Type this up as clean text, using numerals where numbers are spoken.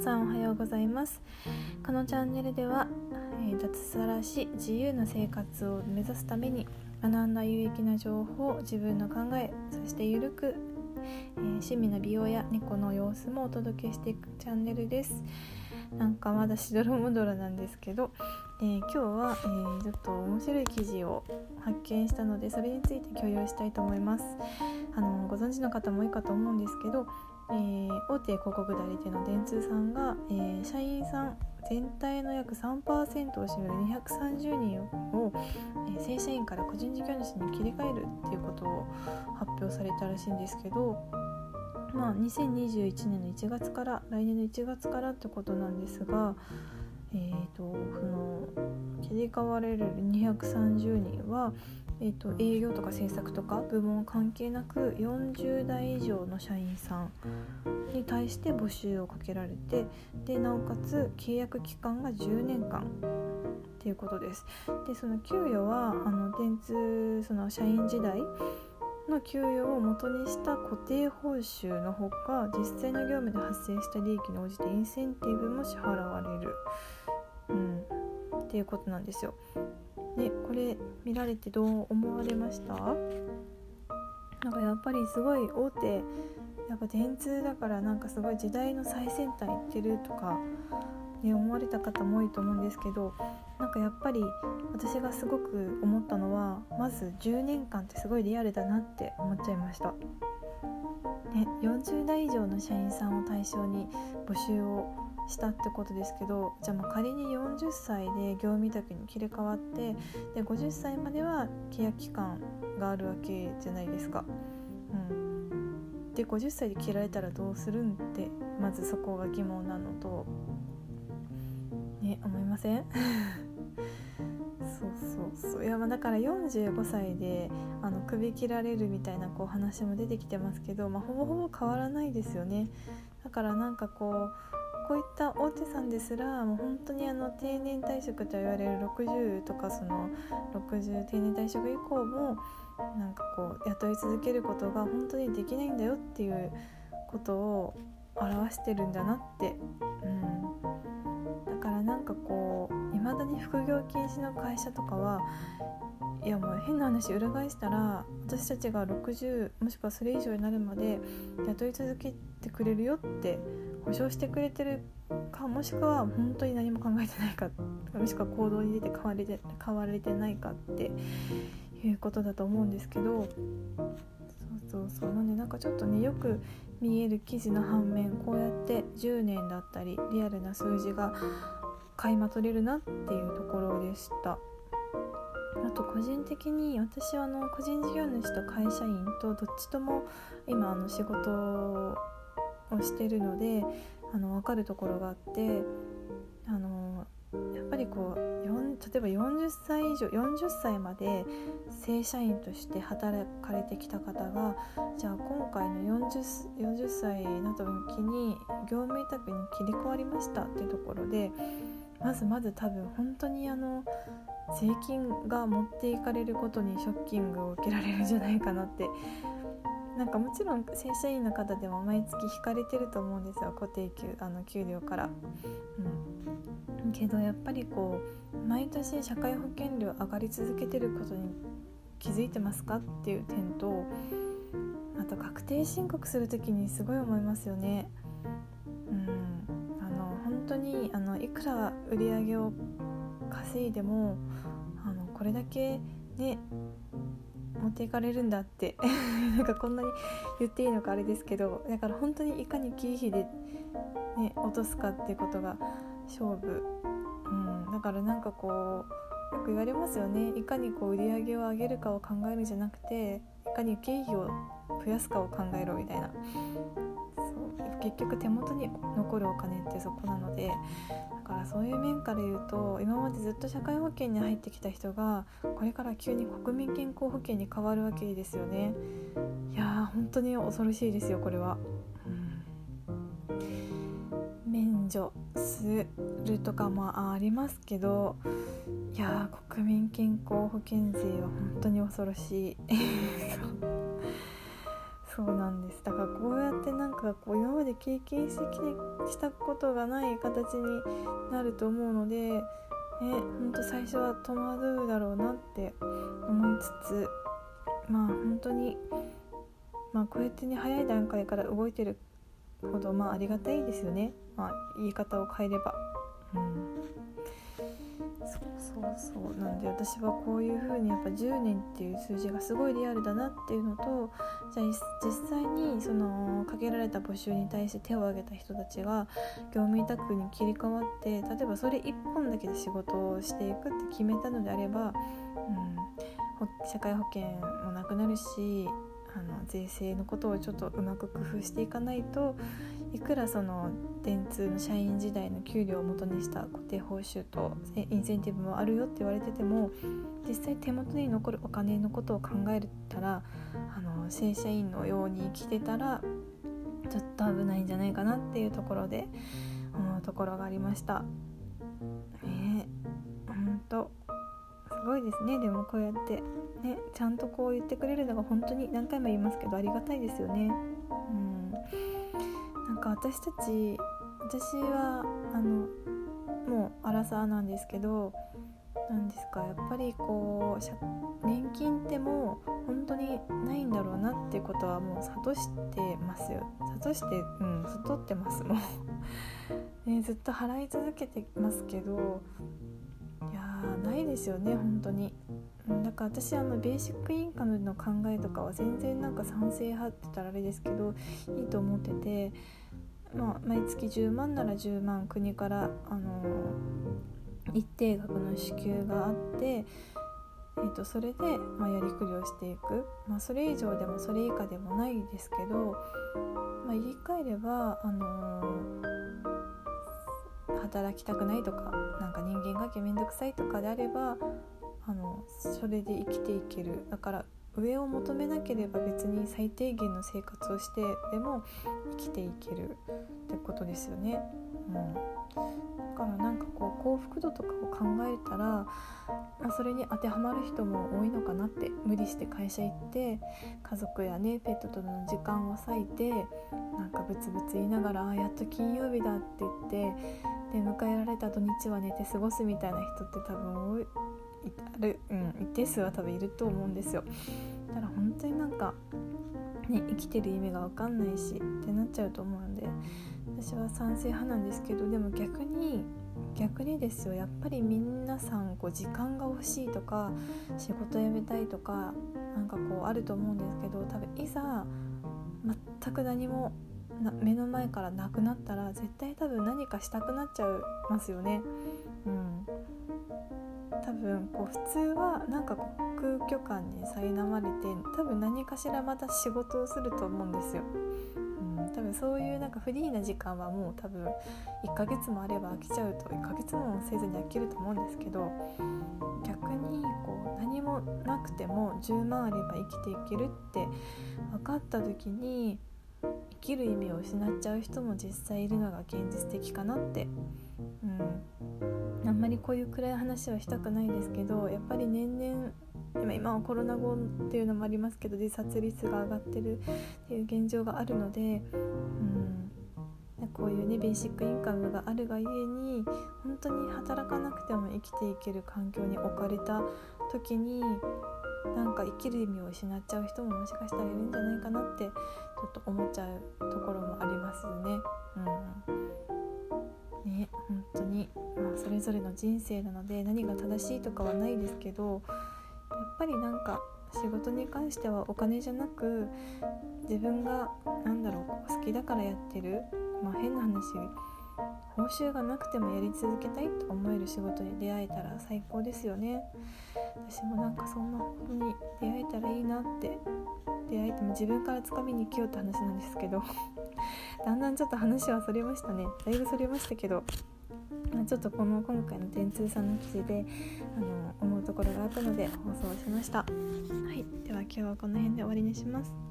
さんおはようございます。このチャンネルでは、脱サラし自由な生活を目指すために学んだ有益な情報、自分の考え、そしてゆるく、趣味の美容や猫の様子もお届けしていくチャンネルです。なんかまだしどろもどろなんですけど、今日は、ちょっと面白い記事を発見したので、それについて共有したいと思います。ご存知の方も多いかと思うんですけど、大手広告代理店の電通さんが、社員さん全体の約 3% を占める230人を、正社員から個人事業主に切り替えるっていうことを発表されたらしいんですけど、2021年の1月から来年の1月からってことなんですが、その切り替われる230人は、営業とか制作とか部門関係なく40代以上の社員さんに対して募集をかけられて、でなおかつ契約期間が10年間っていうことです。でその給与は電通その社員時代の給与を元にした固定報酬のほか、実際の業務で発生した利益に応じてインセンティブも支払われる、っていうことなんですよ。でこれ見られてどう思われました？なんかやっぱりすごい大手、やっぱ電通だからなんかすごい時代の最先端行ってるとか、思われた方も多いと思うんですけど、なんかやっぱり私がすごく思ったのは、まず10年間ってすごいリアルだなって思っちゃいました。40代以上の社員さんを対象に募集をしたってことですけど、じゃあ仮に40歳で業務委託に切り替わって、で50歳までは契約期間があるわけじゃないですか。で50歳で切られたらどうするんって、まずそこが疑問なのと、思いません？そういや、だから45歳で首切られるみたいな話も出てきてますけど、ほぼほぼ変わらないですよね。だからなんかこういった大手さんですら、もう本当に定年退職と言われる60とかその60定年退職以降もなんか雇い続けることが本当にできないんだよっていうことを表してるんだなって、だからなんか未だに副業禁止の会社とかは、いやもう変な話裏返したら、私たちが60もしくはそれ以上になるまで雇い続けてくれるよって保証してくれてるか、もしくは本当に何も考えてないか、もしくは行動に出て変われてないかっていうことだと思うんですけど、なんでなんかちょっとよく見える記事の反面、こうやって10年だったりリアルな数字が垣間取れるなっていうところでした。あと個人的に私は個人事業主と会社員とどっちとも今仕事をしてるので分かるところがあって、やっぱり例えば40歳以上40歳まで正社員として働かれてきた方が、じゃあ今回の40歳になった時に業務委託に切り替わりましたっていうところで、まず多分本当に税金が持っていかれることにショッキングを受けられるんじゃないかなって。なんかもちろん正社員の方でも毎月引かれてると思うんですよ、固定給料から、けどやっぱり毎年社会保険料上がり続けてることに気づいてますかっていう点と、あと確定申告するときにすごい思いますよね。本当にいくら売り上げを稼いでもこれだけね持っていかれるんだってなんかこんなに言っていいのかあれですけど、だから本当にいかに経費で、落とすかっていうことが勝負、だからなんかよく言われますよね。いかに売り上げを上げるかを考えるんじゃなくて、いかに経費を増やすかを考えろみたいな。結局手元に残るお金ってそこなので、だからそういう面から言うと、今までずっと社会保険に入ってきた人がこれから急に国民健康保険に変わるわけですよね。いや本当に恐ろしいですよこれは。免除するとかもありますけど、いや国民健康保険税は本当に恐ろしいそうなんです。だからこうやってなんかがこう今まで経験したことがない形になると思うので、本当最初は戸惑うだろうなって思いつつ、本当にこうやってね早い段階から動いてるほどありがたいですよね。言い方を変えれば、そうなんで、私はこういう風にやっぱ10年っていう数字がすごいリアルだなっていうのと、じゃあ実際にそのかけられた募集に対して手を挙げた人たちが業務委託に切り替わって、例えばそれ一本だけで仕事をしていくって決めたのであれば、社会保険もなくなるし、税制のことをちょっとうまく工夫していかないと、いくらその電通の社員時代の給料を元にした固定報酬とインセンティブもあるよって言われてても、実際手元に残るお金のことを考えたら、正社員のように生きてたらちょっと危ないんじゃないかなっていうところで思うところがありました。本当すごいですね。でもこうやってね、ちゃんとこう言ってくれるのが本当に何回も言いますけどありがたいですよね。なんか私はもうアラサーなんですけど、なんですか、やっぱりこう年金ってもう本当にないんだろうなっていうことはもう悟ってますよ。悟ってますもうね、ずっと払い続けてますけど、いやないですよね本当に。だから私ベーシックインカムの考えとかは全然なんか賛成派って言ったらあれですけどいいと思ってて、毎月10万なら10万国から一定額の支給があって、それでやりくりをしていく、それ以上でもそれ以下でもないですけど、言い換えれば働きたくないとか、なんか人間関係めんどくさいとかであればそれで生きていける。だから上を求めなければ別に最低限の生活をしてでも生きていけるってことですよね。だからなんかこう幸福度とかを考えたら、それに当てはまる人も多いのかなって。無理して会社行って家族やねペットとの時間を割いてなんかブツブツ言いながらやっと金曜日だって言ってで迎えられた土日は寝て過ごすみたいな人って多分多い一定数は多分いると思うんですよ。だから本当になんかね、生きてる意味が分かんないしってなっちゃうと思うんで、私は賛成派なんですけど、でも逆にですよ、やっぱり皆さん時間が欲しいとか仕事辞めたいとかなんかあると思うんですけど、多分いざ全く何も目の前からなくなったら絶対多分何かしたくなっちゃいますよね。多分普通はなんか空虚感に苛まれて多分何かしらまた仕事をすると思うんですよ。多分そういうなんかフリーな時間はもう多分1ヶ月もあれば飽きちゃうと1ヶ月もせずに飽きると思うんですけど、逆に何もなくても10万あれば生きていけるって分かった時に生きる意味を失っちゃう人も実際いるのが現実的かなって。あんまりこういう暗い話はしたくないですけど、やっぱり年々今はコロナ後っていうのもありますけど自殺率が上がってるっていう現状があるので、こういうねベーシックインカムがあるがゆえに本当に働かなくても生きていける環境に置かれた時になんか生きる意味を失っちゃう人ももしかしたらいるんじゃないかなってちょっと思っちゃうところもありますね。本当に、それぞれの人生なので何が正しいとかはないですけど、やっぱりなんか仕事に関してはお金じゃなく自分が好きだからやってる、変な話報酬がなくてもやり続けたいと思える仕事に出会えたら最高ですよね。私もなんかそんなことに出会えたらいいなって。出会えても自分から掴みに行きようって話なんですけどだんだんちょっと話はそれましたね。だいぶそれましたけど、ちょっと今回の電通さんの記事で思うところがあったので放送しました。はい、では今日はこの辺で終わりにします。